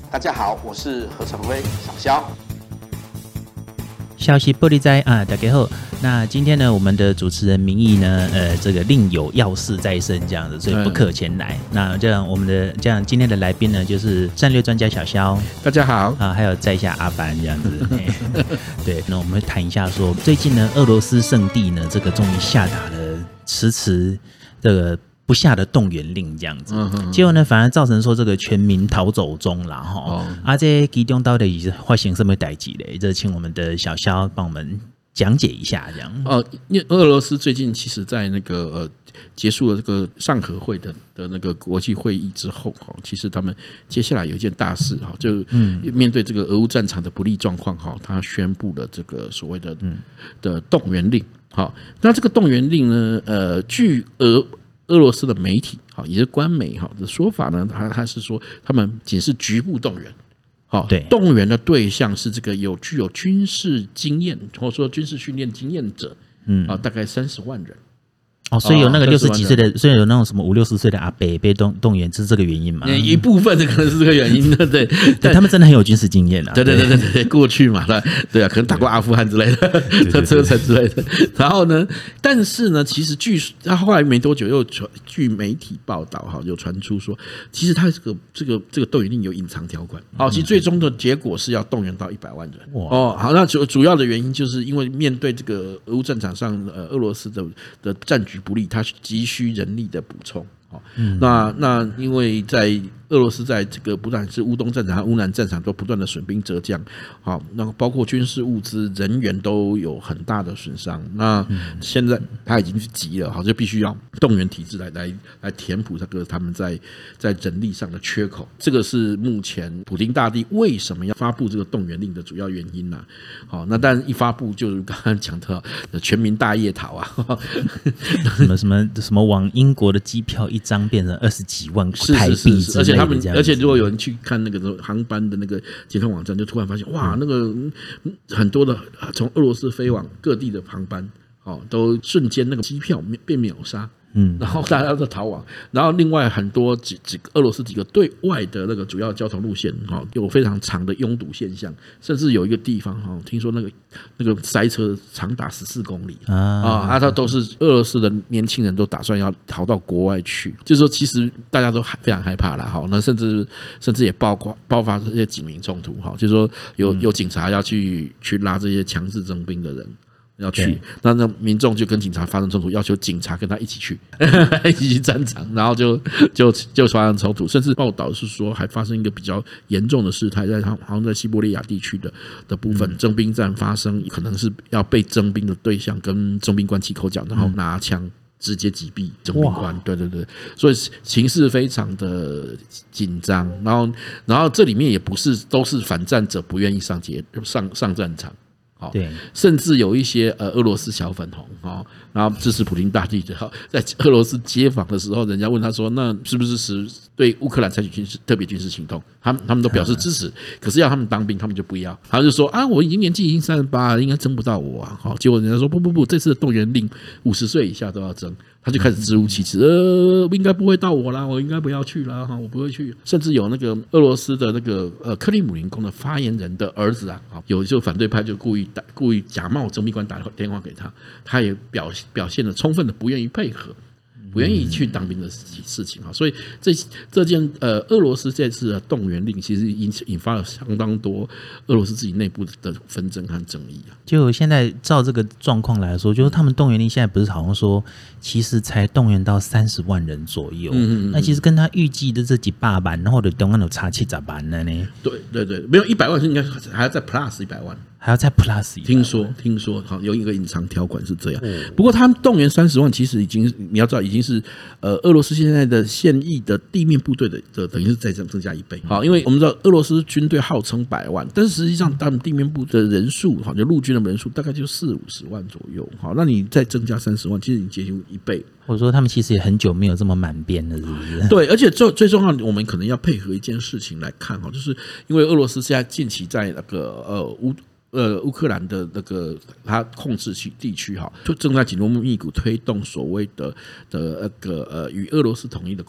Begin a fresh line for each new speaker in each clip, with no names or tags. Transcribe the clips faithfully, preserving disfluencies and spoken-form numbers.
大家好，我是何成辉，小肖。
消息玻璃斋啊，大家好。那今天呢，我们的主持人名义呢，呃，这个另有要事在身这样子，所以不可前来。嗯、那这样，我们的这样今天的来宾呢，就是战略专家小肖，
大家好
啊，还有在下阿凡这样子。对，那我们会谈一下说，最近呢，俄罗斯圣地呢，这个终于下达了迟迟这个不下的动员令这样子，嗯嗯嗯结果呢，反而造成说这个全民逃走中啦哈。哦、啊，这其中到底是发生什么代志嘞？这请我们的小肖帮我们讲解一下，这样。
哦，因为俄罗斯最近其实在那个呃结束了这个上合会的的那个国际会议之后，哈，其实他们接下来有一件大事哈，就面对这个俄乌战场的不利状况哈，他宣布了这个所谓的的动员令。好，那这个动员令呢，呃，据俄俄罗斯的媒体，好，也是官媒哈的说法呢，他他是说他们仅是局部动员，好，对，动员的对象是这个有具有军事经验或者说军事训练经验者，嗯啊，大概三十万人。
哦，所以有那个六十几岁的，所以有那种什么五六十岁的阿伯被动动员，是这个原因嘛？
一部分的可能是这个原因的，对，
对，他们真的很有军事经验啊，
对对对对对，过去嘛，对啊，可能打过阿富汗之类的，车臣之类的。然后呢，但是呢，其实据他后来没多久又传，据媒体报道哈，就传出说，其实他这个这个这个动员令有隐藏条款。好，其实最终的结果是要动员到一百万人。哦，好，那主主要的原因就是因为面对这个俄乌战场上，呃，俄罗斯的的战局不利，它急需人力的补充。嗯、那那因为在俄罗斯在这个不但是乌东战场和乌南战场都不断的损兵折将，好，那包括军事物资、人员都有很大的损伤。那现在他已经急了，好，就必须要动员体制来来来填补这个他们在在人力上的缺口。这个是目前普丁大帝为什么要发布这个动员令的主要原因呐、啊。好，那但一发布就是刚刚讲的全民大夜逃啊，
什么什么什么往英国的机票一张变成二十几万台币之类的，
而且他们，而且如果有人去看那个航班的那个接通网站，就突然发现，哇，那个很多的从俄罗斯飞往各地的航班，哦，都瞬间那个机票被秒杀。嗯，然后大家都逃亡，然后另外很多几几个俄罗斯几个对外的那个主要交通路线哈，有非常长的拥堵现象，甚至有一个地方哈，听说那个那个塞车长达十四公里啊啊，它都是俄罗斯的年轻人都打算要逃到国外去，就是说其实大家都非常害怕了哈，那甚至甚至也爆发爆发这些警民冲突哈，就是说有有警察要去去拉这些强制征兵的人。要去，那那民众就跟警察发生冲突，要求警察跟他一起去，一起去战场，然后就就就发生冲突，甚至报道是说还发生一个比较严重的事态，在好像在西伯利亚地区的的部分，征兵战发生，可能是要被征兵的对象跟征兵官起口角，然后拿枪直接击毙征兵官，对对对，所以情势非常的紧张，然后然后这里面也不是都是反战者不愿意上街上上战场。对，甚至有一些呃俄罗斯小粉红哈，然后支持普丁大帝的，在俄罗斯街访的时候，人家问他说：“那是不是使对乌克兰采取军事特别军事行动？”他们他们都表示支持，可是要他们当兵，他们就不要。他就说：“啊，我已经年纪已经三十八了，应该征不到我啊。”好，结果人家说：“不不不，这次的动员令五十岁以下都要征。”他就开始支吾其词，呃，应该不会到我啦，我应该不要去啦，哈，我不会去。甚至有那个俄罗斯的那个呃克里姆林宫的发言人的儿子啊，有就反对派就故意打故意假冒征兵官打电话给他，他也表表现了充分的不愿意配合。不愿意去当兵的事情啊，所以这这件呃俄罗斯这次的动员令，其实引引发了相当多俄罗斯自己内部的纷争和争议啊。
就现在照这个状况来说，就是他们动员令现在不是好像说，其实才动员到三十万人左右，嗯嗯嗯，那其实跟他预计的这几百万，然后的动员有差七十万了呢。
对对对，没有一百万是应该还要再 plus 一百万。
还要再 plus 一，
听说听说好有一个隐藏条款是这样。不过他们动员三十万，其实已经你要知道已经是呃俄罗斯现在的现役的地面部队的的等于是再增增加一倍。好，因为我们知道俄罗斯军队号称百万，但是实际上他们地面部的人数，好就陆军的人数大概就四五十万左右。好，那你再增加三十万，其实已经接近一倍。
或者说他们其实也很久没有这么满编了，是不是？
对，而且最最重要的，我们可能要配合一件事情来看哈，就是因为俄罗斯现在近期在那个呃乌。呃，乌克兰的那个他控制区地区哈，就正在紧锣密鼓推动所谓的的那个呃与俄罗斯统一的公投。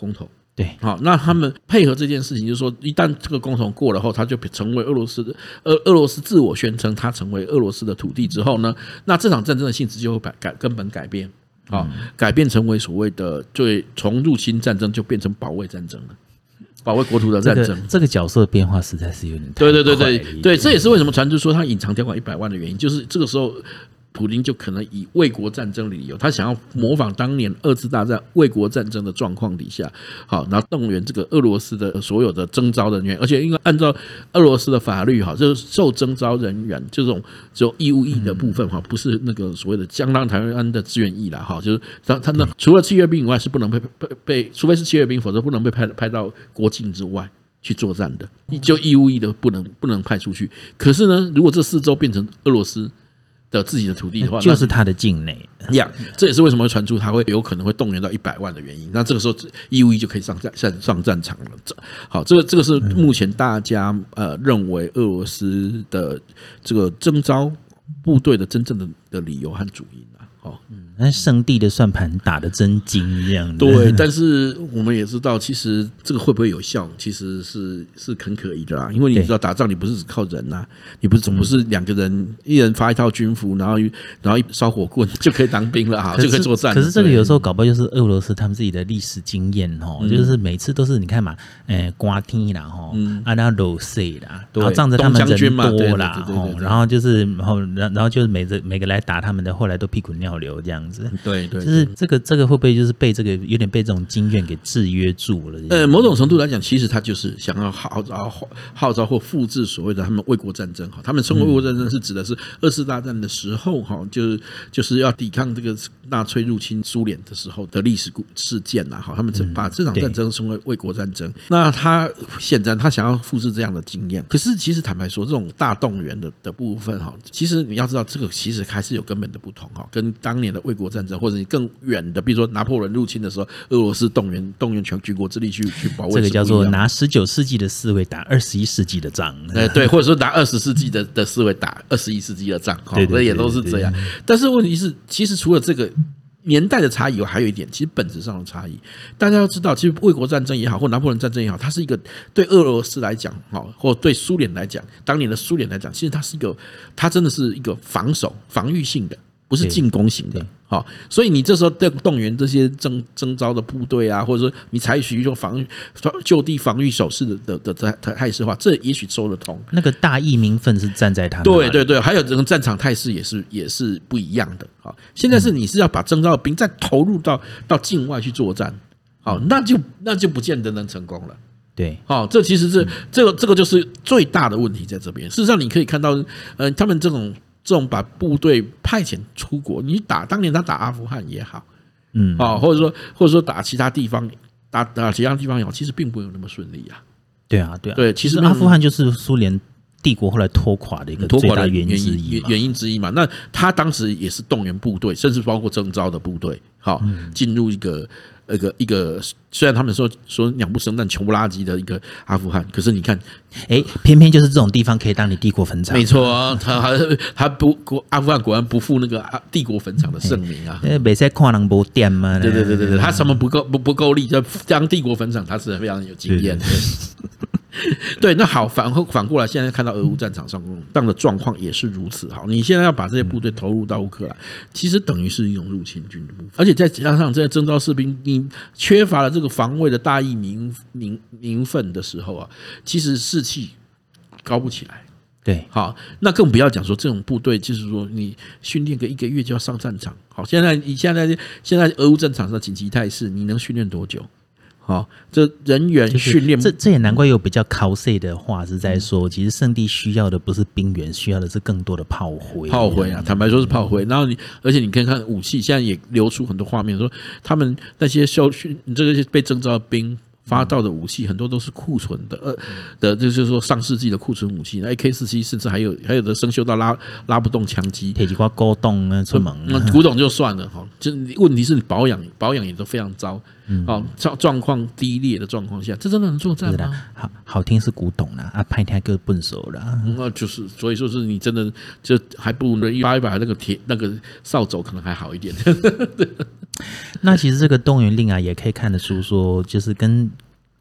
对，
好，那他们配合这件事情，就是说，一旦这个公投过了后，他就成为俄罗斯的俄俄罗斯自我宣称他成为俄罗斯的土地之后呢，那这场战争的性质就会改改根本改变，好，改变成为所谓的最从入侵战争就变成保卫战争了。保卫国土的战争，这
个、这个角色变化实在是有点太
对对对对对，这也是为什么传出说他隐藏条款一百万的原因，就是这个时候。普丁就可能以卫国战争的理由，他想要模仿当年二次大战卫国战争的状况底下，好，然后动员这个俄罗斯的所有的征召人员，而且因为按照俄罗斯的法律，哈，就是受征召人员这种只有义务役的部分，哈，不是那个所谓的相当台湾的志愿役啦，哈，就是他他那除了契约兵以外是不能被被被，除非是契约兵，否则不能被派派到国境之外去作战的，就义务役的不能不能派出去。可是呢，如果这四周变成俄罗斯的自己的土地的话，
就是他的境内
呀，这也是为什么会传出他会有可能会动员到一百万的原因。那这个时候义务役就可以上战上上战场了。好，这个这个是目前大家呃认为俄罗斯的这个征召部队的真正的的理由和主因啊。好，
嗯，那圣地的算盘打得真精，这样子。
对，但是我们也知道，其实这个会不会有效，其实是是很可疑的啦。因为你知道，打仗你不是只靠人呐、啊，你不是总不是两个人、嗯、一人发一套军服，然后然后一烧火棍就可以当兵了哈，就可以作战。
可是这个有时候搞不好就是俄罗斯他们自己的历史经验哦、嗯，就是每次都是你看嘛，诶，刮天啦吼，嗯，啊那漏水啦，然后仗着他们人多啦，哦，然后就是然后然后就是每个每个来打他们的，后来都屁滚尿流这样子。
对 对, 对，
就是这个这个会不会就是被这个有点被这种经验给制约住了？
呃，某种程度来讲，其实他就是想要号召号召或复制所谓的他们卫国战争哈，他们称为卫国战争是指的是二次大战的时候哈，就是就是要抵抗这个纳粹入侵苏联的时候的历史事件呐哈，他们把这场战争称为卫国战争。嗯、那他显然他想要复制这样的经验，可是其实坦白说，这种大动员的的部分哈，其实你要知道，这个其实还是有根本的不同哈，跟当年的卫国战争或者你更远的，比如说拿破仑入侵的时候，俄罗斯动员动员全举国之力去去保卫，
这个叫做拿十九世纪的思维打二十一世纪的仗，
对对，或者说拿二十世纪的的思维打二十一世纪的仗，对对，也都是这样。但是问题是，其实除了这个年代的差异，还有一点，其实本质上的差异。大家要知道，其实卫国战争也好，或拿破仑战争也好，它是一个对俄罗斯来讲，或对苏联来讲，当年的苏联来讲，其实它是一个，它真的是一个防守、防御性的。不是进攻型的，好，所以你这时候动员这些征征召的部队啊，或者说你采取一种防御就地防御守势的的的态势的话，这也许说得通。
那个大义民愤是站在他们
对对对，还有整个战场态势也是也是不一样的。好，现在是你是要把征召的兵再投入到到境外去作战，好，那就那就不见得能成功了。
对，
好，这其实是这个这个就是最大的问题在这边。事实上，你可以看到，呃，他们这种。这种把部队派遣出国，你打当年他打阿富汗也好，嗯，哦，或者说或者说打其他地方，打打其他地方也好，其实并不有那么顺利啊。
对啊，对啊，
对，其实
阿富汗就是苏联帝国后来拖垮的一个最大原因之一
原因之一嘛。那他当时也是动员部队，甚至包括征召的部队，好，进入一个。一个一个，虽然他们说说鸟不生蛋、穷不拉几的一个阿富汗，可是你看，
哎，偏偏就是这种地方可以当你帝国坟场。
没错啊，他他不阿富汗果然不负那个帝国坟场的盛名啊。
呃，没在看人不点嘛。
对对对对对，他什么不够不不够力，就当帝国坟场，他是非常有经验的。对，那好，反反过来，现在看到俄乌战场上这样的状况也是如此。好，你现在要把这些部队投入到乌克兰，其实等于是一种入侵军的部分，而且再加上这些征召士兵，你缺乏了这个防卫的大义民民民愤的时候啊，其实士气高不起来。
对，
好，那更不要讲说这种部队，就是说你训练个一个月就要上战场。好，现在你现在现在俄乌战场上紧急态势，你能训练多久？好，这人员训练、
就是、这这也难怪有比较考试的话是在说，其实圣地需要的不是兵员，需要的是更多的炮灰。
炮灰啊，坦白说是炮灰。然后你，而且你可以看武器，现在也流出很多画面，说他们那些受训这个被征召的兵。发到的武器很多都是库存的，呃的，就是说上世纪的库存武器 ，A K 四十七 甚至还有还有的生锈到拉拉不动枪机，
铁几块古董啊，出门，
那古董就算了哈，就问题是你保养保养也都非常糟，哦，状状况低劣的状况下，这真的能作战吗？
好好听是古董啦，啊，拍天个笨手啦，
那就是所以说是你真的就还不如一把一把那个铁那个扫帚可能还好一点。
那其实这个动员令啊，也可以看得出说，就是跟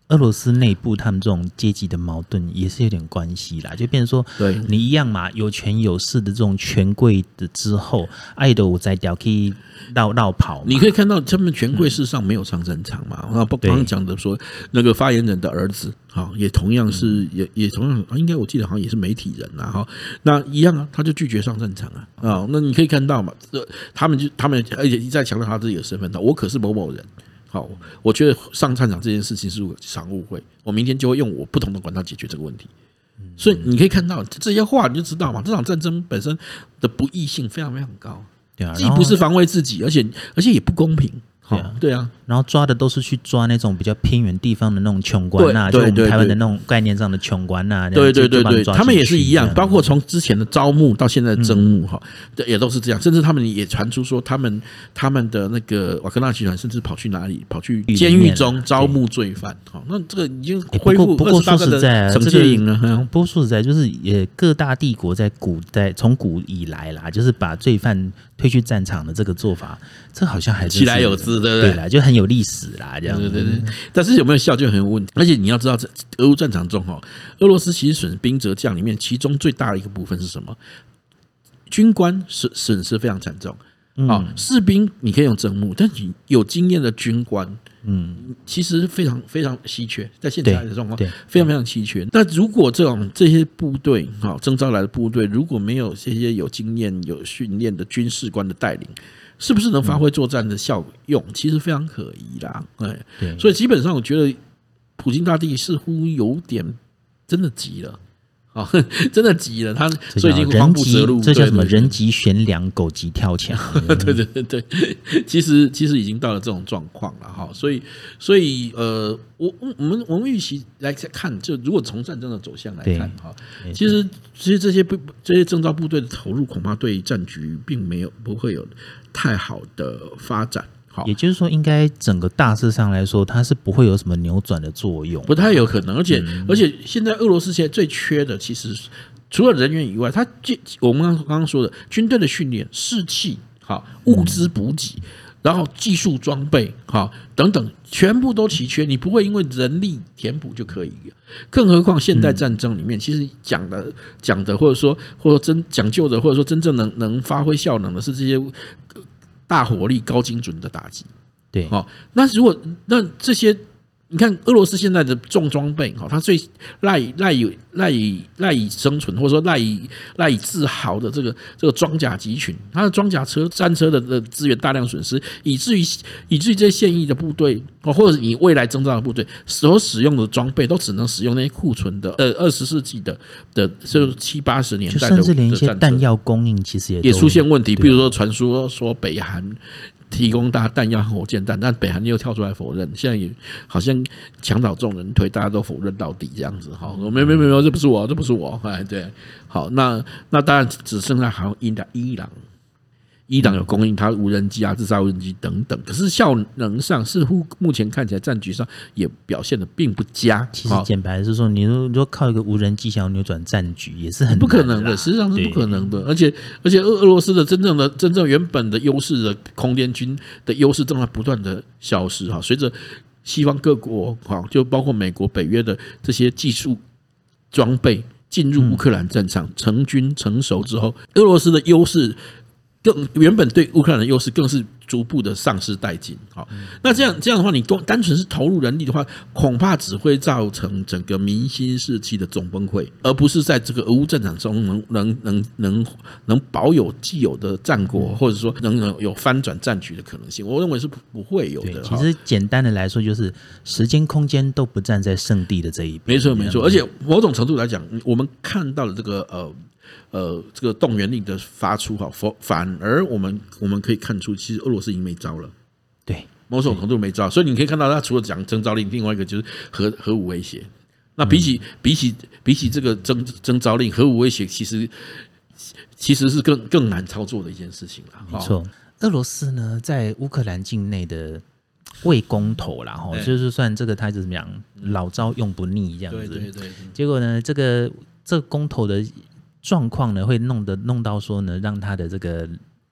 俄罗斯内部他们这种阶级的矛盾也是有点关系啦，就变成说，
对
你一样嘛，有权有势的这种权贵的之后，爱的我在掉可以绕绕跑嘛。
你可以看到他们权贵事实上没有上战场嘛，然后包括刚刚讲的说那个发言人的儿子，哈，也同样是也也同样，应该我记得好像也是媒体人啦，哈，那一样啊，他就拒绝上战场啊，啊，那你可以看到嘛，他们就他们而且一再强调他自己的身份，我可是某某人。好，我觉得上战场这件事情是场误会，我明天就会用我不同的管道解决这个问题。所以你可以看到这些话，你就知道嘛，这场战争本身的不义性非常非常高，
对啊，
既不是防卫自己，而且而且也不公平。对啊，对啊，
然后抓的都是去抓那种比较偏远地方的那种穷官呐、啊，就我们台湾的那种概念上的穷官呐、啊。
对对对对，他们也是一样，包括从之前的招募到现在的征募哈、嗯，也都是这样。甚至他们也传出说，他们他们的那个瓦格纳集团甚至跑去哪里？跑去监狱中招募罪犯。好，那这个已经恢复
不过说实在，
惩戒营了。
不过说实在，就是也各大帝国在古在从古以来啦，就是把罪犯推去战场的这个做法，这好像还是
其来有之，对不对？
对啦，就很有历史啦，这样。
对对对，但是有没有效就很有问题。而且你要知道，在俄乌战场中，哈，俄罗斯其实损兵折将里面，其中最大的一个部分是什么？军官损损失非常惨重。啊、嗯，士兵你可以用征募，但是有经验的军官，嗯，其实非常非常稀缺，在现在的状况非常非常稀缺。那如果这种这些部队，哈，征召来的部队，如果没有这些有经验、有训练的军事官的带领，是不是能发挥作战的效用？嗯、其实非常可疑啦。哎，所以基本上我觉得，普京大帝似乎有点真的急了。哦，真的急了，他所以已经慌不择路。
这叫什么？人急悬梁，狗急跳墙。
对对对对，其实其实已经到了这种状况了哈。所以所以呃，我我们我们预期来看，就如果从战争的走向来看哈，其实其实这些部这些征召部队的投入，恐怕对战局并没有不会有太好的发展。
也就是说，应该整个大致上来说，它是不会有什么扭转的作用，
不太有可能。而且、嗯、而且现在俄罗斯现在最缺的，其实除了人员以外，它我们刚刚说的军队的训练、士气、好物资补给，嗯、然后技术装备、好等等，全部都奇缺。你不会因为人力填补就可以，更何况现代战争里面，嗯、其实讲的讲的，或者说或者真讲究的，或者说真正能能发挥效能的是这些。大火力、高精准的打击，
对，
好、哦，那如果那这些，你看俄罗斯现在的重装备，哈、哦，它最赖以赖以赖以赖以生存，或者说赖以赖以自豪的这个这个装甲集群，它的装甲车、战车的的资源大量损失，以至于以至于这些现役的部队，哦，或者你未来征召的部队所使用的装备，都只能使用那些库存的呃二十世纪的的就七八十年代的，
甚至连一些弹药供应其实也
也出现问题，比如说传说说北韩。提供大弹药和火箭弹，但北韩又跳出来否认，现在也好像墙倒众人推，大家都否认到底这样子。好，没有没有没有，这不是我，这不是我。哎，对，好，那那当然只剩下好像伊朗伊朗。伊朗有供应它无人机啊、自杀无人机等等，可是效能上似乎目前看起来战局上也表现的并不佳。
其实简白是说，你如果靠一个无人机想要扭转战局，也是很
不可能的，实际上是不可能的。而且而且俄俄罗斯的真正的真正原本的优势的空天军的优势正在不断的消失哈，随着西方各国哈，就包括美国、北约的这些技术装备进入乌克兰战场，成军成熟之后，俄罗斯的优势。更原本对乌克兰的优势更是逐步的丧失殆尽。好，那这样这样的话，你单纯是投入人力的话，恐怕只会造成整个民心士气的总崩溃，而不是在这个俄乌战场中能能能能能保有既有的战果，或者说能有翻转战局的可能性。我认为是不会有的。
其实简单的来说，就是时间空间都不站在圣地的这一边。
没错没错，而且某种程度来讲，我们看到了这个呃。呃，这个动员令的发出哈，反而我们我们可以看出，其实俄罗斯已经没招了，
对，
某种程度没招，所以你可以看到，他除了讲征召令，另外一个就是核核武威胁。那比起、嗯、比起比起这个征征召令，核武威胁其实其实是更更难操作的一件事情了。
没错，俄罗斯呢，在乌克兰境内的为公投啦，哈，就是算这个他是怎么样，老招用不腻这样子。
对对 对, 对。
结果呢，这个这个公投的状况呢，会弄得弄到说呢，让他的这个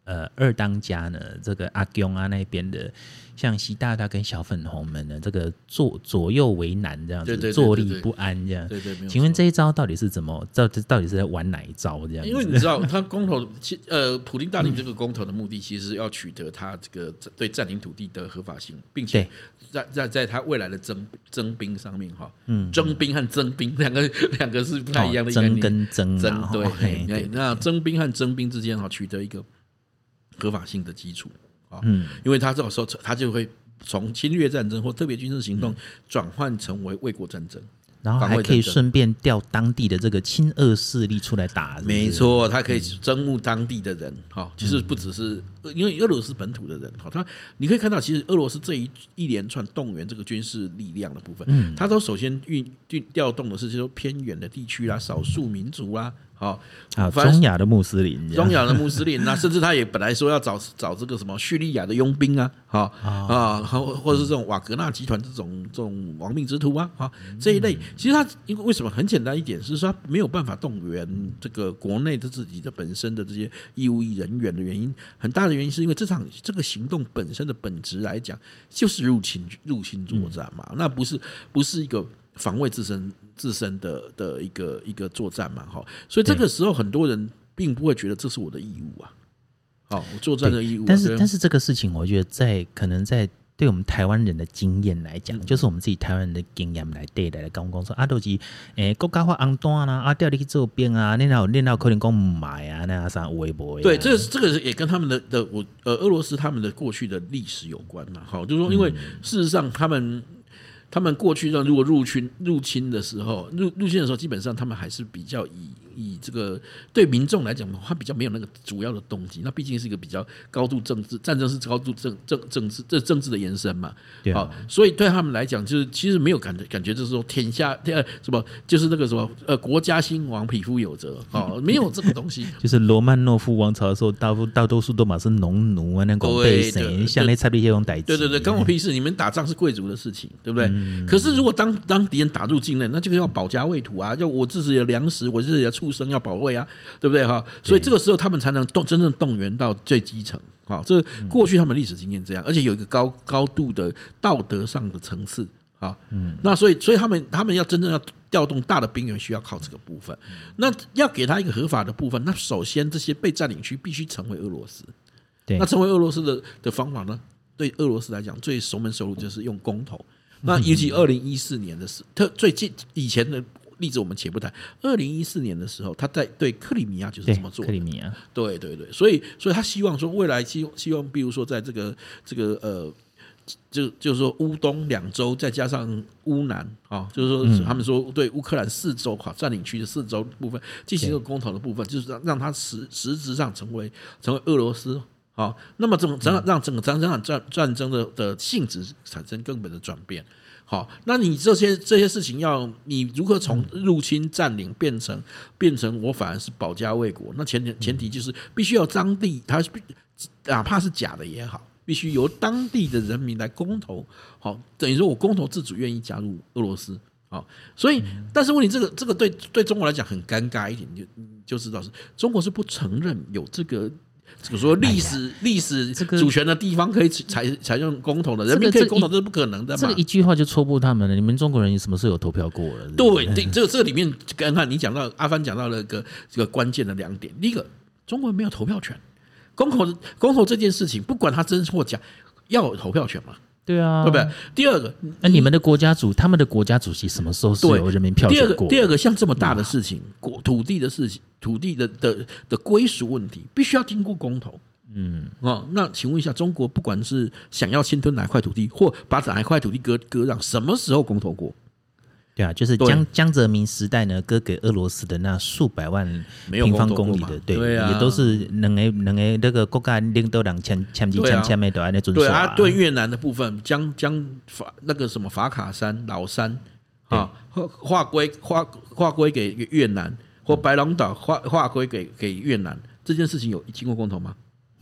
呃二当家呢，这个阿公啊那边的，像习大大跟小粉红们呢，这个左左右为难这样子，
对对对对对
坐立不安这样。
对对没有错。
请问这一招到底是怎么？到底到底是在玩哪一招这样子？
因为你知道，他公投，呃，普丁大令这个公投的目的，其实要取得他这个对占领土地的合法性，并且在在在他未来的征征兵上面哈，嗯，征兵和征兵两个两个是不太一样的概念，
征跟征
征
啊，
对，
哦嘿对对
那征兵和征兵之间哈，取得一个合法性的基础啊，
嗯，
因为他这个时候他就会从侵略战争或特别军事行动转换成为卫国战争。
然后还可以顺便调当地的这个亲俄势力出来打，是不是
没错，他可以征募当地的人，哈，就是不只是因为俄罗斯本土的人，哈，他你可以看到，其实俄罗斯这一一连串动员这个军事力量的部分，嗯，他都首先运运调动的是这种偏远的地区啦、少数民族啦。好，
啊，中亚的穆斯林，
中亚的穆斯林，那甚至他也本来说要找找这个什么叙利亚的佣兵啊，好啊，或或者是这种瓦格纳集团这种这种亡命之徒啊，好这一类，其实他因为为什么很简单一点，是说他没有办法动员这个国内的自己的本身的这些义务役人员的原因，很大的原因是因为这场这个行动本身的本质来讲，就是入侵入侵作战嘛，嗯、那不是不是一个防卫自身。自身的的一个一个作战嘛，哈，所以这个时候很多人并不会觉得这是我的义务啊，好，我作战的义务、啊。
但是但是这个事情，我觉得在可能在对我们台湾人的经验来讲，嗯、就是我们自己台湾人的经验来对来来跟我讲说，啊，都、就是诶国家法肮断啦，啊，调你去做兵啊，你哪有你哪有可能讲唔买啊，那啥微博、啊。
对，这个这个也跟他们的的我呃俄罗斯他们的过去的历史有关嘛，好，就是说，因为事实上他们。他们过去如果入侵入侵的时候，入入侵的时候，基本上他们还是比较以以这个对民众来讲的话，比较没有那个主要的动机。那毕竟是一个比较高度政治战争，是高度政政政治这政治的延伸嘛。
对啊、
好，所以对他们来讲，就是其实没有感觉感觉就是说天下呃什么，就是那个什么呃国家兴亡，匹夫有责哦，没有这个东西。
就是罗曼诺夫王朝的时候，大大多数都嘛是农奴啊，那种被谁像那差别这种代志。
对对对，关我屁事！你们打仗是贵族的事情，对不对？嗯、可是如果当当敌人打入境内，那就要保家卫土啊，就我自己的粮食，我自己的畜生要保卫啊，对不对哈？所以这个时候他们才能动真正动员到最基层。好，这过去他们历史经验这样，而且有一个高高度的道德上的层次。好，嗯，那所以所以他们他们要真正要调动大的兵源，需要靠这个部分。那要给他一个合法的部分，那首先这些被占领区必须成为俄罗斯。
对，
那成为俄罗斯的的方法呢？对俄罗斯来讲，最熟门熟路就是用公投。那尤其二零一四年的时，特最近以前的例子我们且不谈。二零一四年的时候，他在对克里米亚就是这么做的。
克里米亚，
对对对，所以所以他希望说未来希希望，比如说在这个这个呃，就就是说乌东两州再加上乌南啊、哦，就是说、嗯、他们说对乌克兰四州哈占领区的四州部分进行一个公投的部分，就是让让它实实质上成为成为俄罗斯。好，那么这种让整个战争战战争的的性质产生根本的转变。好，那你这些这些事情要你如何从入侵占领变成变成我反而是保家卫国？那前提前提就是必须要当地，他哪怕是假的也好，必须由当地的人民来公投。好，等于说我公投自主愿意加入俄罗斯。好，所以但是问题这个这个对对中国来讲很尴尬一点，就就知道是中国是不承认有这个。这个说历史历史主权的地方可以采采用公投的，人民可以公投，这是不可能的嘛。
这个一句话就戳破他们了。你们中国人什么时候有投票过了？
对对，这个这个里面，刚刚你讲到阿帆讲到了一个这个关键的两点。第一个，中国人没有投票权，公投公投这件事情，不管它真或假，要有投票权嘛。
对啊，
对不对？第二个，
那你们的国家主，他们的国家主席什么时候是有人民票选过？
第二个，第二个，像这么大的事情，土地的事情，土地的的的归属问题，必须要经过公投。嗯，哦，那请问一下，中国不管是想要侵吞哪一块土地，或把哪一块土地割割让，什么时候公投过？
对啊，就是江江泽民时代呢，割给俄罗斯的那数百万平方公里的，对，
对啊、
也都是两个两个那个国家领导人签签字签签的都按那遵守、啊。
对啊，对越南的部分，将将法那个什么法卡山、老山啊，划归划划归给越南，或白龙岛划划归给给越南，这件事情有经过公投吗？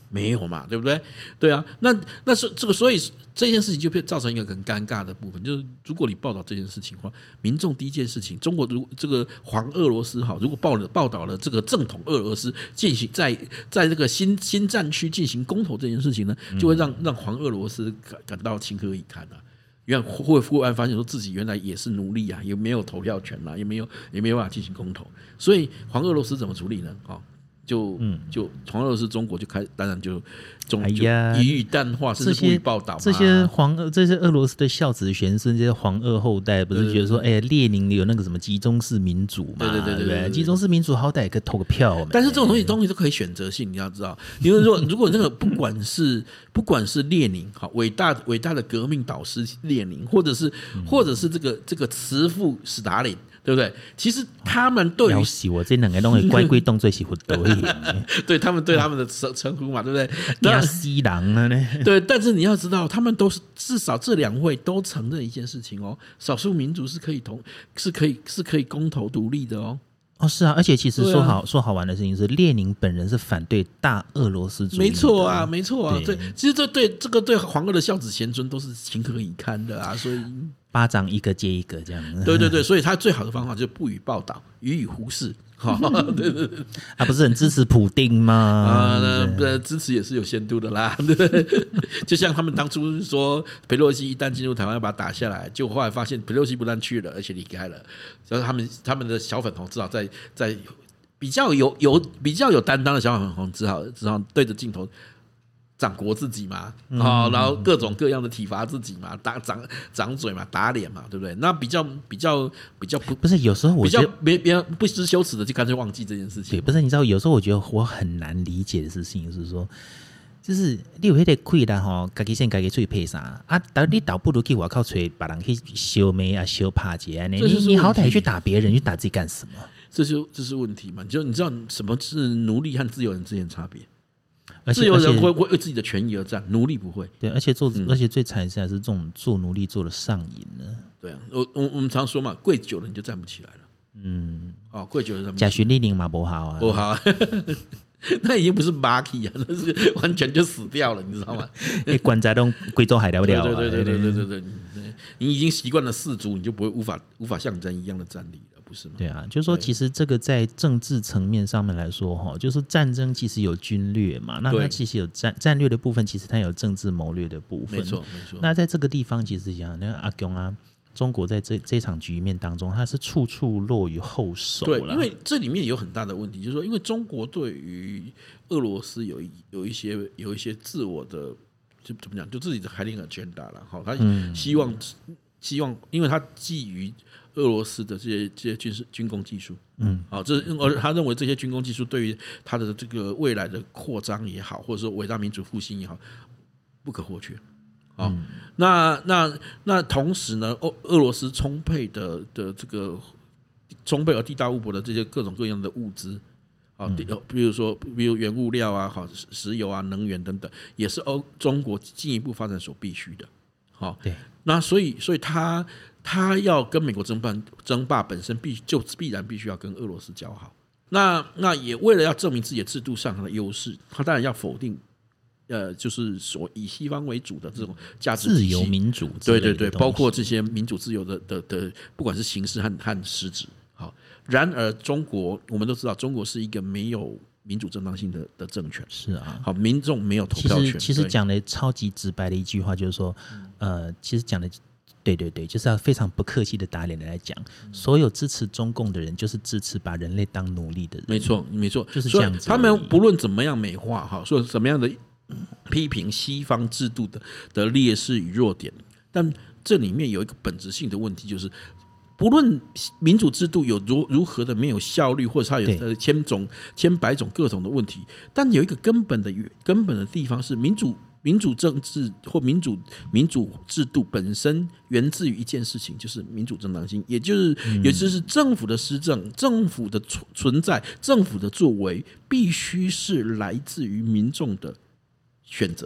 没有嘛，对不对？对啊，那那是这个，所以这件事情就会造成一个很尴尬的部分，就是如果你报道这件事情的话，民众第一件事情，中国如这个黄俄罗斯好，如果报了报道了这个正统俄罗斯进行在在这个新新战区进行公投这件事情呢，就会让让黄俄罗斯感感到情何以堪啊！原来会忽然发现说自己原来也是奴隶啊，也没有投票权啊，也没有也没有办法进行公投，所以黄俄罗斯怎么处理呢？哦就嗯，就黄俄罗斯中国就开，当然就中
哎呀，
一语淡化，甚至不予报道嘛。
这些黄俄，这些俄罗斯的孝子贤孙，这些黄俄后代，不是觉得说，哎呀，列宁有那个什么集中式民主嘛？
对对对 对, 对, 对，
集中式民主好歹也可以投个票。
但是这种东西东西都可以选择性，你要知道，因为说如果那个不管是不管是列宁，好伟大伟大的革命导师列宁，或者是、嗯、或者是这个这个慈父史达林。对不对？其实他们对于
死我这两个东西乖乖动最喜欢多一点，
对他们对他们的称呼嘛，对不对？
那西郎了呢？
对，但是你要知道，他们都是至少这两位都承认一件事情哦，少数民族是可以同是可以是可以公投独立的哦。
哦，是啊，而且其实说好、啊、说好玩的事情是，列宁本人是反对大俄罗斯主义的，
没错啊，没错啊，对，其实这对这个对黄俄的孝子贤孙都是情何以堪的啊，所以
巴掌一个接一个这样。
对对对，所以他最好的方法就是不予报道，予以忽视。对对对，
啊，不是很支持普丁吗？
啊，那支持也是有限度的啦。对，就像他们当初说裴洛西一旦进入台湾要把它打下来，结果后来发现裴洛西不但去了，而且离开了，所以他们他们的小粉红只好在在比较有有比较有担当的小粉红只好只好对着镜头掌国自己嘛，嗯、然后各种各样的体罚自己嘛，打掌掌嘴嘛，打脸嘛，对不对？那比较比较比较不
不是有时候我
比较别别不知羞耻的，就干脆忘记这件事情。
对，不是你知道，有时候我觉得我很难理解的事情是说，就是你有那个亏啦吼，自己先自己出去配啥啊？但你倒不如去外靠吹，把人去修眉啊、修帕节你你你好歹去打别人，去打自己干什么？
这就这是问题嘛？就你知道什么是奴隶和自由人之间的差别？
而且
自由人会为自己的权益而战，奴隶不会。
对，而且做，嗯、而且最惨是还是这种做奴隶做的上瘾了。
对啊，我我我们常说嘛，跪久了你就站不起来了。嗯，哦，跪久了站不起来。
假训练令嘛不好啊，
不好、啊，那已经不是马匹啊，那是完全就死掉了，你知道吗？
你棺材都贵州海了了、啊。
对对对对对对对对，你已经习惯了氏族，你就不会无法无法像人一样的站立了。不是吗？
对啊，就是说，其实这个在政治层面上面来说，哈，就是战争其实有军略嘛，那它其实有战战略的部分，其实它有政治谋略的部分，
没错没错。
那在这个地方，其实讲那个阿公啊，中国在这这场局面当中，它是处处落于后手了。
对，因为这里面有很大的问题，就是说，因为中国对于俄罗斯有有一些有一些自我的，就怎么讲，就自己的 hidden agenda 了，哈，他希望、嗯、希望，因为他觊觎俄罗斯的这些这些军事军工技术，嗯，好，这而他认为这些军工技术对于他的这个未来的扩张也好，或者说伟大民主复兴也好，不可或缺。好，嗯、那那那同时呢，俄俄罗斯充沛的的这个充沛而地大物博的这些各种各样的物资，啊，嗯、比如说比如原物料啊，好，石油啊，能源等等，也是欧中国进一步发展所必须的。好，对，那所以所以他。他要跟美国争霸，争霸本身必就必然必须要跟俄罗斯交好。那那也为了要证明自己的制度上的优势，他当然要否定，呃，就是所以西方为主的这种价值体系，
自由民主，
对对对，包括这些民主自由的的的，不管是形式和和实质。好，然而中国我们都知道，中国是一个没有民主正当性的的政权，
是啊，
好，民众没有投票权。
其实其实讲的超级直白的一句话就是说，呃，其实讲的。对对对，就是要非常不客气的打脸的来讲，所有支持中共的人就是支持把人类当奴隶的人。
没错，没错，
就是这样子。
他们不论怎么样美化哈，说怎么样的批评西方制度的的劣势与弱点，但这里面有一个本质性的问题，就是不论民主制度有如如何的没有效率，或者它有千种千百种各种的问题，但有一个根本的根本的地方是民主。民主政治或民主民主制度本身源自于一件事情，就是民主正当性，也就是、嗯、也就是政府的施政、政府的存在、政府的作为，必须是来自于民众的选择，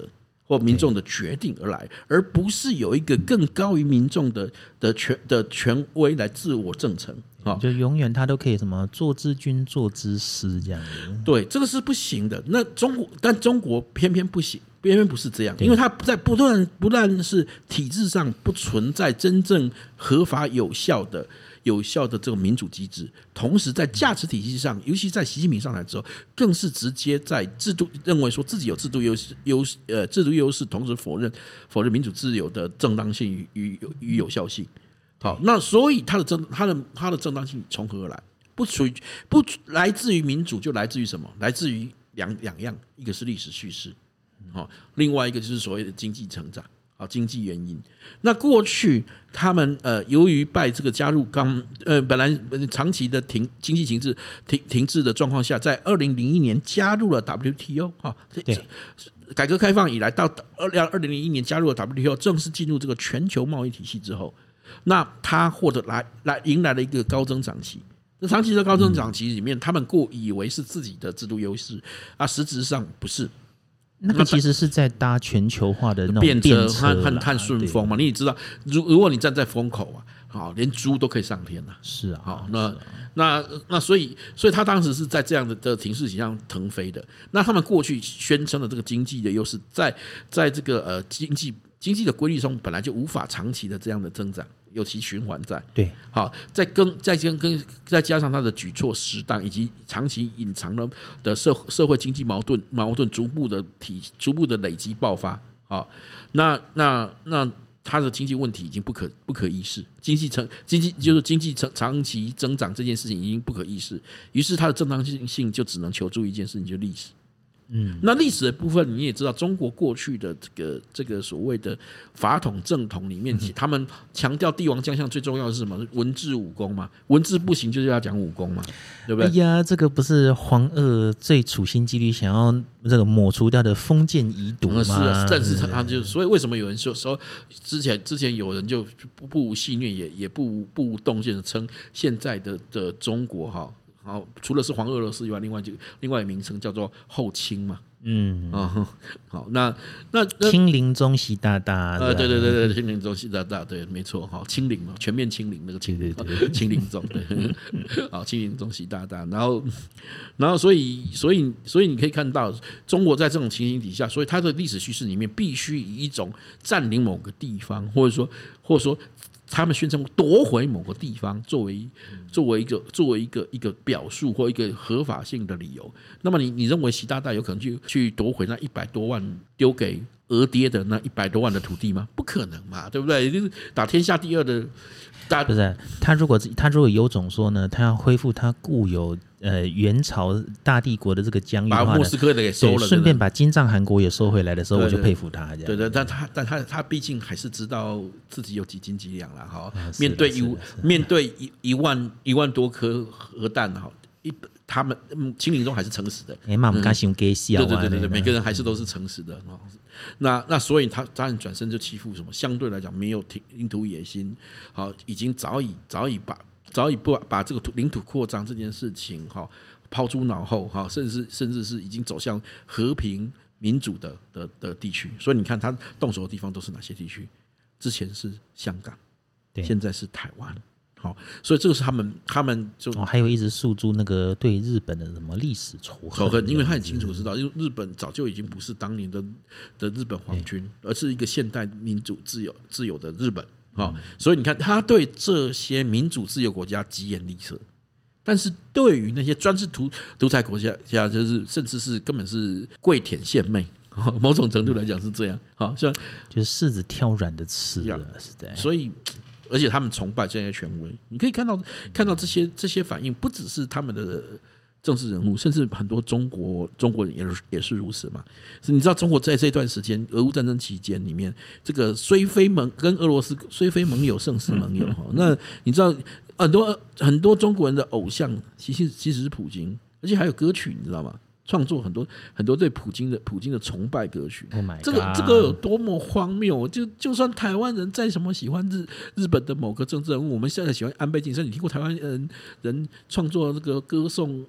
或民众的决定而来，而不是有一个更高于民众的的权的权威来自我证成。
就永远他都可以什么做之君做之师这样子。
对，这个是不行的。那中国，但中国偏偏不行，偏偏不是这样，因为它在不断不但是体制上不存在真正合法有效的。有效的这种民主机制，同时在价值体系上，尤其在习近平上来之后，更是直接在制度认为说自己有制度优势，优呃制度优势，同时否认否认民主自由的正当性与与与有效性。好，那所以它的正它的它的正当性从何而来？不属于不来自于民主，就来自于什么？来自于两两样，一个是历史叙事，好，另外一个就是所谓的经济成长。好，经济原因。那过去他们呃，由于拜这个加入刚呃，本来长期的停经济停滞停停滞的状况下，在二零零一年加入了 W T O 哈、哦，改革开放以来到二零二零零一年加入了 W T O， 正式进入这个全球贸易体系之后，那他获得来来迎来了一个高增长期。那长期的高增长期里面，他们过以为是自己的制度优势啊，实质上不是。
那个其实是在搭全球化的那种
便车
和
和和顺风嘛，你也知道，如如果你站在风口啊，好，连猪都可以上天了、啊。
是啊，
好，那、啊、那那所以所以他当时是在这样的的停滞期上腾飞的。那他们过去宣称的这个经济的优势，在在这个呃经济经济的规律中，本来就无法长期的这样的增长。有其循环在，
对，
好，再跟再跟跟再加上他的举措适当，以及长期隐藏的的社社会经济矛盾矛盾逐步的体逐步的累积爆发，好，那那那他的经济问题已经不可不可一世，经济成经济就是经济长长期增长这件事情已经不可一世，于是它的正当性就只能求助一件事情，就是历史。嗯，那历史的部分你也知道，中国过去的这个这个所谓的法统正统里面，他们强调帝王将相最重要的是什么？文治武功嘛，文治不行就是要讲武功嘛，对不对？
哎呀，这个不是黄二最处心积虑想要这个抹除掉的封建遗毒吗？
是啊，但是他就所以为什么有人说说之前之前有人就不不无戏谑，也也不无不无洞见的称现在的的中国哈。好，除了是黄俄罗斯以外，另外就另外一个名称叫做后清嘛。嗯啊，好，那那
清零中习大大，
呃，对对对对，清零中习大大，对，没错，好，清零嘛，全面清零那个清零，清零中，对，好，清零中习大大，然后然后所以所以所以你可以看到，中国在这种情形底下，所以它的历史叙事里面必须以一种占领某个地方，或者说或者说。他们宣称夺回某个地方作为作为一个作为一个一个表述或一个合法性的理由，那么你你认为习大大有可能去去夺回那一百多万丢给俄爹的那一百多万的土地吗？不可能嘛，对不对？就是打天下第二的，大
不是他如果他如果有种说呢，他要恢复他固有呃元朝大帝国的这个疆域，
把莫斯科的给收了，
顺便把金帐汗国也收回来的时候，我就佩服他。这样
对对，但他但他他毕竟还是知道自己有几斤几两了哈。面对一面对一一万一万多颗核弹哈，一他们清零中还是诚实的。
哎妈，我们刚想给笑。
对对对对，每个人还是都是诚实的。那那所以他当然转身就欺负什么，相对来讲没有领土野心，好，已经早已早已把早已不把这个领土扩张这件事情哈抛诸脑后哈，甚至甚至是已经走向和平民主的的的地区。所以你看他动手的地方都是哪些地区？之前是香港，现在是台湾。好，所以这个是他们，他们就、
哦、还有一直诉诸那个对日本的什么历史仇恨，
仇恨，因为他很清楚知道，因为日本早就已经不是当年的的日本皇军，而是一个现代民主自由自由的日本。好、嗯，所以你看，他对这些民主自由国家疾言厉色，但是对于那些专制独独裁国家，就是甚至是根本是跪舔献媚。某种程度来讲是这样，好像
就是柿子挑软的吃了，是的，
所以。而且他们崇拜这些权威，你可以看到看到这些这些反应，不只是他们的政治人物，甚至很多中国中国人也是也是如此嘛。你知道中国在这段时间俄乌战争期间里面，这个虽非盟跟俄罗斯虽非盟友，胜似盟友。那你知道很多很多中国人的偶像其实其实是普京，而且还有歌曲，你知道吗？创作很多很多对普京的普京的崇拜歌曲，
oh my God
这个这个有多么荒谬！就就算台湾人再什么喜欢日日本的某个政治人物，我们现在喜欢安倍晋三，你听过台湾人人创作这个歌颂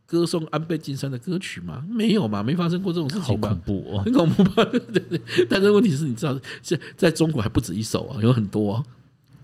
歌颂安倍晋三的歌曲吗？没有嘛，没发生过这种事情吧？
好恐怖哦，
很恐怖吧？对对对。但是问题是，你知道，在在中国还不止一首啊，有很多、啊。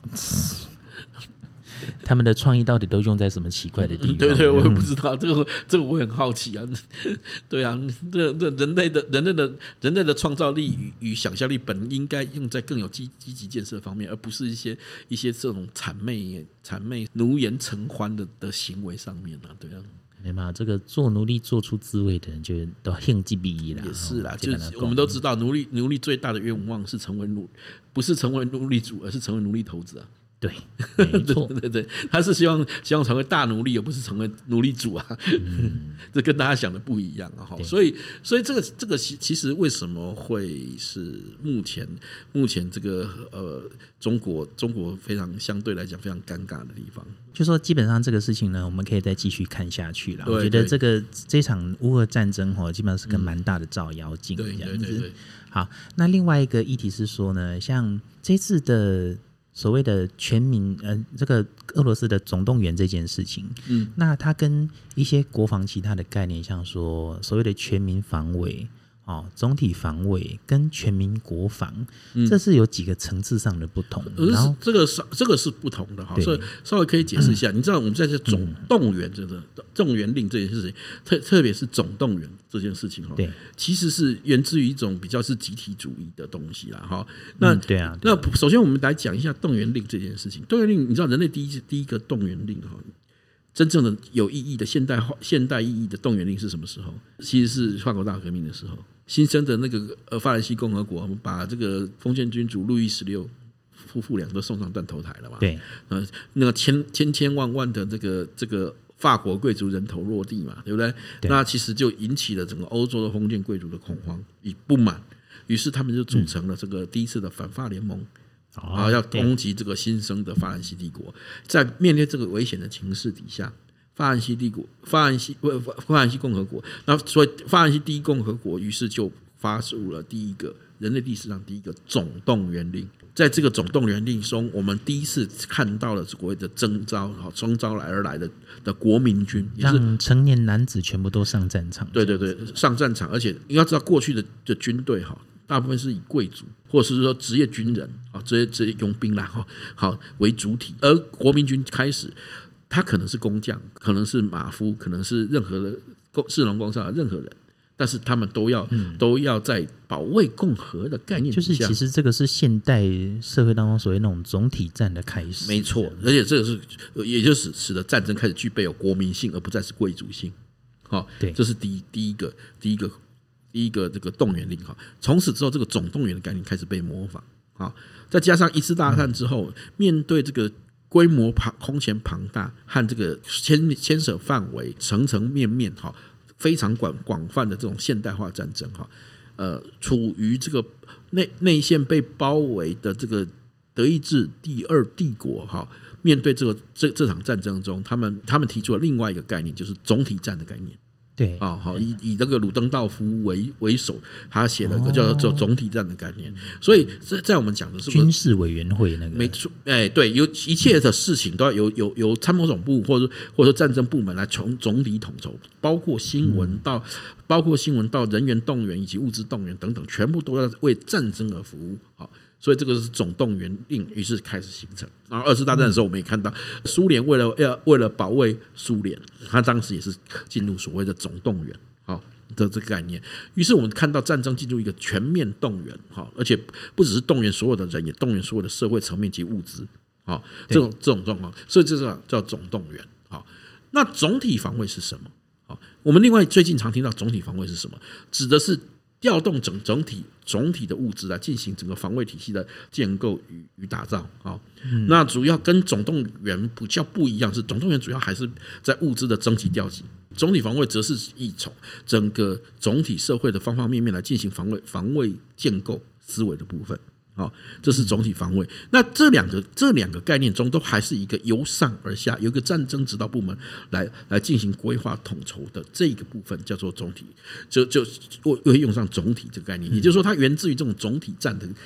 他们的创意到底都用在什么奇怪的地方？
对对，我也不知道，这个这个我很好奇啊。对啊，这这人类的人类的人类的创造力与与想象力本应该用在更有积积极建设方面，而不是一些一些这种谄媚谄媚奴颜承欢的的行为上面啊。对啊。
没嘛，这个做奴隶做出滋味的人，就都恨之必一啦。
也是啦，
哦、
就是我们都知道，奴隶奴隶最大的愿望是成为奴，不是成为奴隶主，而是成为奴隶头子啊。
对，没错，
对对对，他是希望希望成为大奴隶，而不是成为奴隶主啊。嗯、这跟大家想的不一样啊。所以，所以这个这个其实为什么会是目前目前这个呃中国中国非常相对来讲非常尴尬的地方。
就说基本上这个事情呢，我们可以再继续看下去了。我觉得这个这场乌俄战争哈，基本上是个蛮大的照妖镜这样子。对对对对。好，那另外一个议题是说呢，像这次的。所谓的全民呃，这个俄罗斯的总动员这件事情，嗯，那它跟一些国防其他的概念，像说所谓的全民防卫、哦，总体防卫跟全民国防，嗯、这是有几个层次上的不同。然后
这个是这个是不同的哈，所以稍微可以解释一下。嗯、你知道我们在这总动员这个动员令这件事情，特特别是总动员这件事情哈，对，其实是源自于一种比较是集体主义的东西啦哈。那、嗯、
对啊，
那首先我们来讲一下动员令这件事情。动员令，你知道人类第一第一个动员令哈。真正的有意义的现代现代意义的动员令是什么时候？其实是法国大革命的时候，新生的那个呃法兰西共和国，我们把这个封建君主路易十六夫妇俩都送上断头台了嘛？
对，
呃，那个千千千万万的这个这个法国贵族人头落地嘛，对不对？对，那其实就引起了整个欧洲的封建贵族的恐慌与不满，于是他们就组成了这个第一次的反法联盟。啊，要攻击这个新生的法兰西帝国，在面对这个危险的情势底下，法兰西帝国、法兰西不法兰西共和国，那所以法兰西第一共和国于是就发出了第一个人类历史上第一个总动员令。在这个总动员令中，我们第一次看到了所谓的征召，征召来而来的的国民军，
让成年男子全部都上战场。
对对对，上战场，而且你要知道，过去的的军队哈。大部分是以贵族或者是说职业军人啊、职业职业佣兵啦，好为主体，而国民军开始，他可能是工匠，可能是马夫，可能是任何的士农工商的任何人，但是他们都要、嗯、都要在保卫共和的概念底下，
就是其实这个是现代社会当中所谓那种总体战的开始，
没错，而且这个是也就是使得战争开始具备有国民性，而不再是贵族性。好，对，这是第一第一个第一个。第一个这个动员令哈，从此之后，这个总动员的概念开始被模仿啊。再加上一次大战之后，嗯、面对这个规模庞空前庞大和这个牵牵涉范围层层面面哈非常广广泛的这种现代化战争哈，呃，处于这个内内线被包围的这个德意志第二帝国哈，面对这个这这场战争中，他们他们提出了另外一个概念，就是总体战的概念。
对
啊，好，以以这个鲁登道夫为为首，他写了一个叫做总体战的概念。所以在在我们讲的是
军事委员会那个，
没错，哎，对，有一切的事情都要由由由参谋总部或者或者说战争部门来从总体统筹，包括新闻到、嗯、包括新闻到人员动员以及物资动员等等，全部都要为战争而服务。好。所以这个是总动员令，于是开始形成。然后二次大战的时候，我们也看到苏联为了要为了保卫苏联，他当时也是进入所谓的总动员好的这个概念。于是我们看到战争进入一个全面动员，好，而且不只是动员所有的人，也动员所有的社会层面及物资，好，这种这种状况，所以这是叫总动员。好，那总体防卫是什么？好，我们另外最近常听到总体防卫是什么？指的是调动整整体总体的物质来进行整个防卫体系的建构与与打造。好，嗯、那主要跟总动员比较不一样，是总动员主要还是在物资的征集调集，总体防卫则是以从整个总体社会的方方面面来进行防卫防卫建构思维的部分。好，这是总体防卫。那这两个这两个概念中，都还是一个由上而下，有一个战争指导部门来来进行规划统筹的这一个部分，叫做总体，就就会用上总体这个概念。也就是说，它源自于这种总体战的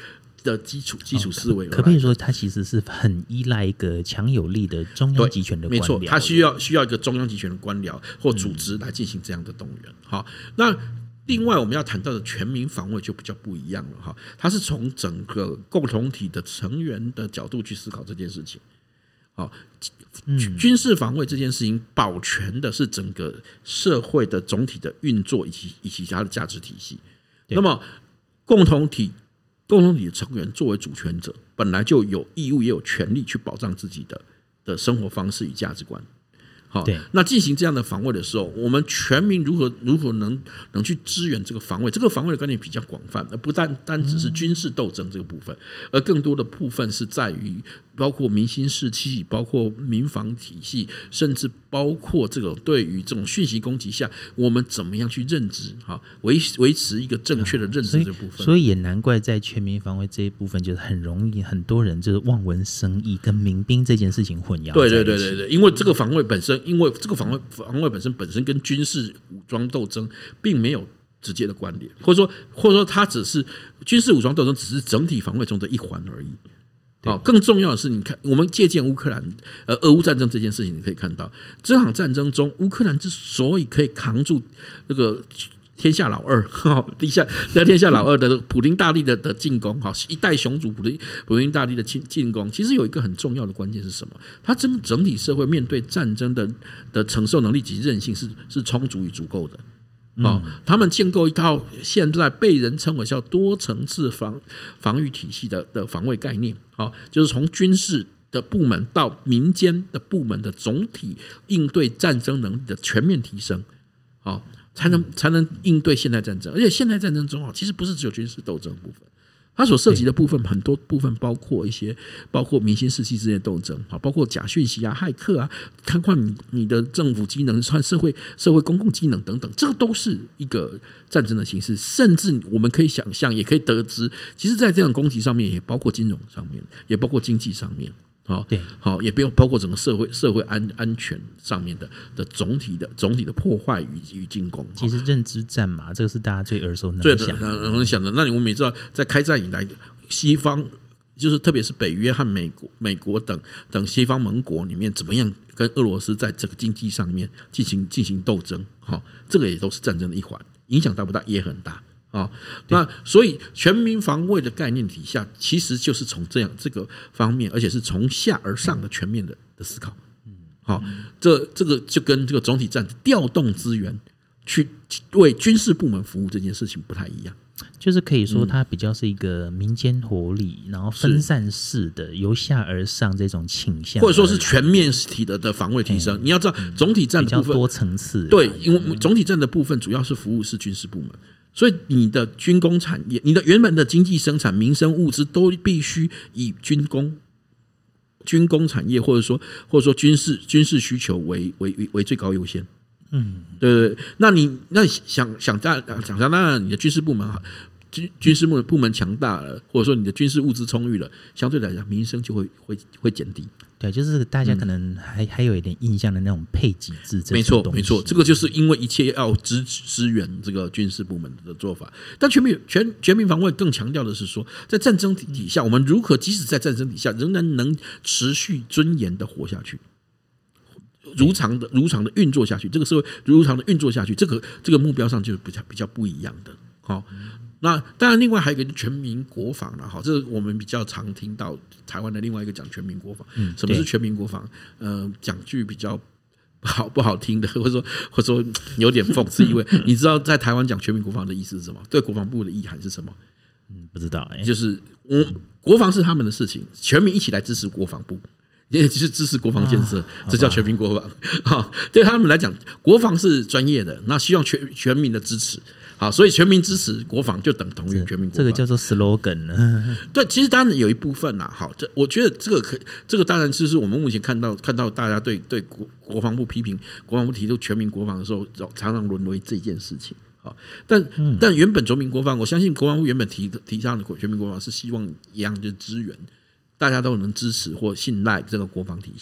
的基础基础思维、哦。
可不可以说，它其实是很依赖一个强有力的中央集权的官僚？
没错，它需要需要一个中央集权的官僚或组织来进行这样的动员。好，那另外我们要谈到的全民防卫就比较不一样了哈，它是从整个共同体的成员的角度去思考这件事情。好，军事防卫这件事情保全的是整个社会的总体的运作以及以及它的价值体系。那么共同体共同体的成员作为主权者，本来就有义务也有权利去保障自己的的生活方式与价值观。好，那进行这样的防卫的时候，我们全民如何如何能能去支援这个防卫？这个防卫的概念比较广泛，而不单单只是军事斗争这个部分，而更多的部分是在于包括民心士气，包括民防体系，甚至包括这种对于这种讯息攻击下，我们怎么样去认知，哈，维维持一个正确的认知这部分。
所以，所以也难怪在全民防卫这一部分，就是很容易很多人就是望文生义，跟民兵这件事情混淆。
对对对对对，因为这个防卫本身。因为这个防卫防卫本身本身跟军事武装斗争并没有直接的关联，或者说或者说它只是军事武装斗争只是整体防卫中的一环而已。好，更重要的是，你看我们借鉴乌克兰呃俄乌战争这件事情，你可以看到这场战争中，乌克兰之所以可以扛住这个天下老二，天下天下老二的普丁大帝的的进攻，好，一代雄主普丁普丁大帝的进攻，其实有一个很重要的关键是什么？它整整体社会面对战争的的承受能力及韧性是是充足与足够的。哦，他们建构一套现在被人称为叫多层次防防御体系的的防卫概念，好，就是从军事的部门到民间的部门的总体应对战争能力的全面提升，好。才能才能应对现代战争，而且现代战争中啊，其实不是只有军事斗争的部分，它所涉及的部分很多部分包括一些包括民心士气之间的斗争，包括假讯息啊、骇客啊、瘫痪你你的政府机能、社会社会公共机能等等，这个都是一个战争的形式。甚至我们可以想象，也可以得知，其实，在这样攻击上面，也包括金融上面，也包括经济上面。好，对，好，也不用包括整个社会社会安安全上面的的总体的总体的破坏与与进攻。
其实认知战嘛，这个是大家最耳熟能详的。
能想的。那我们也知道，在开战以来，西方就是特别是北约和美国、美国等等西方盟国里面，怎么样跟俄罗斯在这个经济上面进行进行斗争？好，这个也都是战争的一环，影响大不大？也很大。哦，那所以全民防卫的概念底下，其实就是从这样这个方面，而且是从下而上的全面的的思考。好，这这个就跟这个总体战调动资源去为军事部门服务这件事情不太一样。
就是可以说，它比较是一个民间活力，嗯、然后分散式的由下而上这种倾向，
或者说是全面体的的防卫提升。嗯、你要知道，总体战的部分
比较多层次，
对，因为总体战的部分主要是服务是军事部门。所以你的军工产业，你的原本的经济生产、民生物资都必须以军工、军工产业或者说或者说军事军事需求为为为最高优先。嗯，对对对。那你那想想当想当然，你的军事部门军军事部门强大了，或者说你的军事物资充裕了，相对来讲民生就会会会减低。
对，就是大家可能还、嗯、还有一点印象的那种配给制，
没错没错，这个就是因为一切要支支援这个军事部门的做法。但全民全全民防卫更强调的是说，在战争底下，我们如何即使在战争底下，仍然能持续尊严的活下去，如常的如常的运作下去，这个社会如常的运作下去，这个这个目标上就是比较比较不一样的。好。那当然，另外还有一个全民国防了，哈，这是我们比较常听到台湾的另外一个讲全民国防。嗯、什么是全民国防？呃，讲句比较不好不好听的，或者说或者说有点讽刺意味。你知道在台湾讲全民国防的意思是什么？对国防部的意涵是什么？
嗯，不知道哎、欸。
就是我国防是他们的事情，全民一起来支持国防部。也就是支持国防建设，啊、这叫全民国防。好，对他们来讲，国防是专业的，那希望全全民的支持。好，所以全民支持国防就等同于全民国防。
这个叫做 slogan 呢。
对，其实当然有一部分啦。好，这我觉得这个可，这个当然就是我们目前看到看到大家对对国国防部批评国防部提出全民国防的时候，常常沦为这件事情。好，但、嗯、但原本全民国防，我相信国防部原本提提倡的全民国防是希望一样就是支援。大家都能支持或信赖这个国防体系，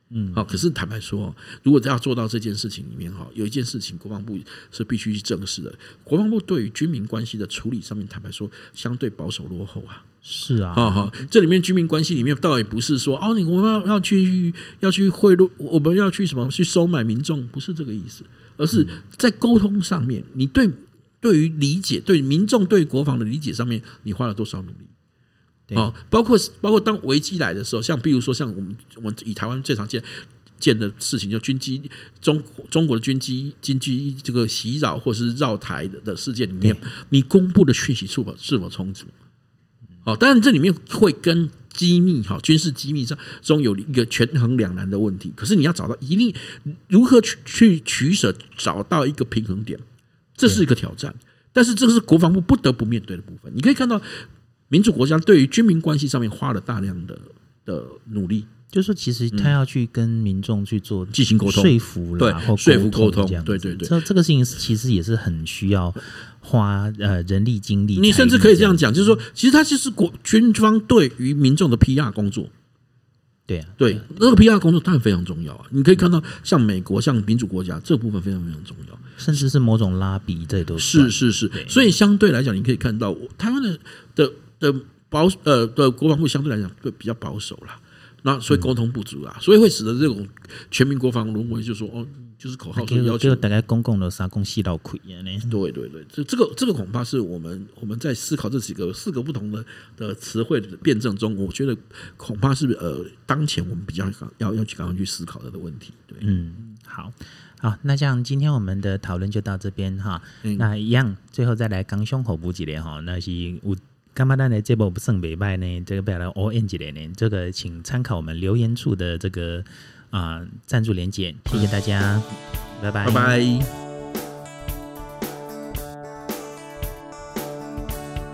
嗯，好，可是坦白说，如果要做到这件事情里面哈，有一件事情国防部是必须去正视的。国防部对于军民关系的处理上面，坦白说相对保守落后啊。
是啊，
好好，这里面军民关系里面倒也不是说哦，你我们要要去要去贿赂，我们要去什么去收买民众，不是这个意思，而是在沟通上面，你对对于理解，对民众对国防的理解上面，你花了多少努力？哦，包括包括当危机来的时候，像比如说像我们我们以台湾最常见见的事情，就军机中中国的军机军机这个袭扰或是绕台的的事件里面，你公布的讯息是否是否充足？哦，当然这里面会跟机密哈军事机密上中有一个权衡两难的问题，可是你要找到一定如何去去取舍，找到一个平衡点，这是一个挑战。但是这个是国防部不得不面对的部分。你可以看到。民主国家对于军民关系上面花了大量的的努力，
就是说，其实他要去跟民众去做
进行沟通、
说服啦，
对，说服沟通，对对对。
这这个事情其实也是很需要花呃人力精力。
你甚至可以这样讲，就是说，其实它就是国军方对于民众的 P R 工作。
对啊，
对，那个 P R 工作当然非常重要啊！你可以看到，像美国、像民主国家，这部分非常非常重要，
甚至是某种拉比，这也都
是是是。所以相对来讲，你可以看到台湾的的。的保呃的国防部相对来讲会比较保守啦，那所以沟通不足啦，嗯、所以会使得这种全民国防沦为就说哦，就是口号说要求
大概公共的三公四道亏呢。
对对对，这这个这个恐怕是我们我们在思考这几个四个不同的的词汇的辩证中，我觉得恐怕是呃当前我们比较要要去赶快去思考的问题。对，
嗯，好。好，那这样今天我们的讨论就到这边哈。嗯、那一样，最后再来刚胸口补几连哈，那是有。干嘛呢？这部算袂歹呢？这个不要来 all in 一类呢？这个请参考我们留言处的这个啊赞助连结，谢谢大家，拜拜，
拜拜。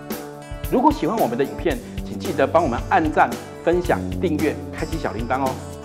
如果喜欢我们的影片，请记得帮我们按赞、分享、订阅、开启小铃铛哦。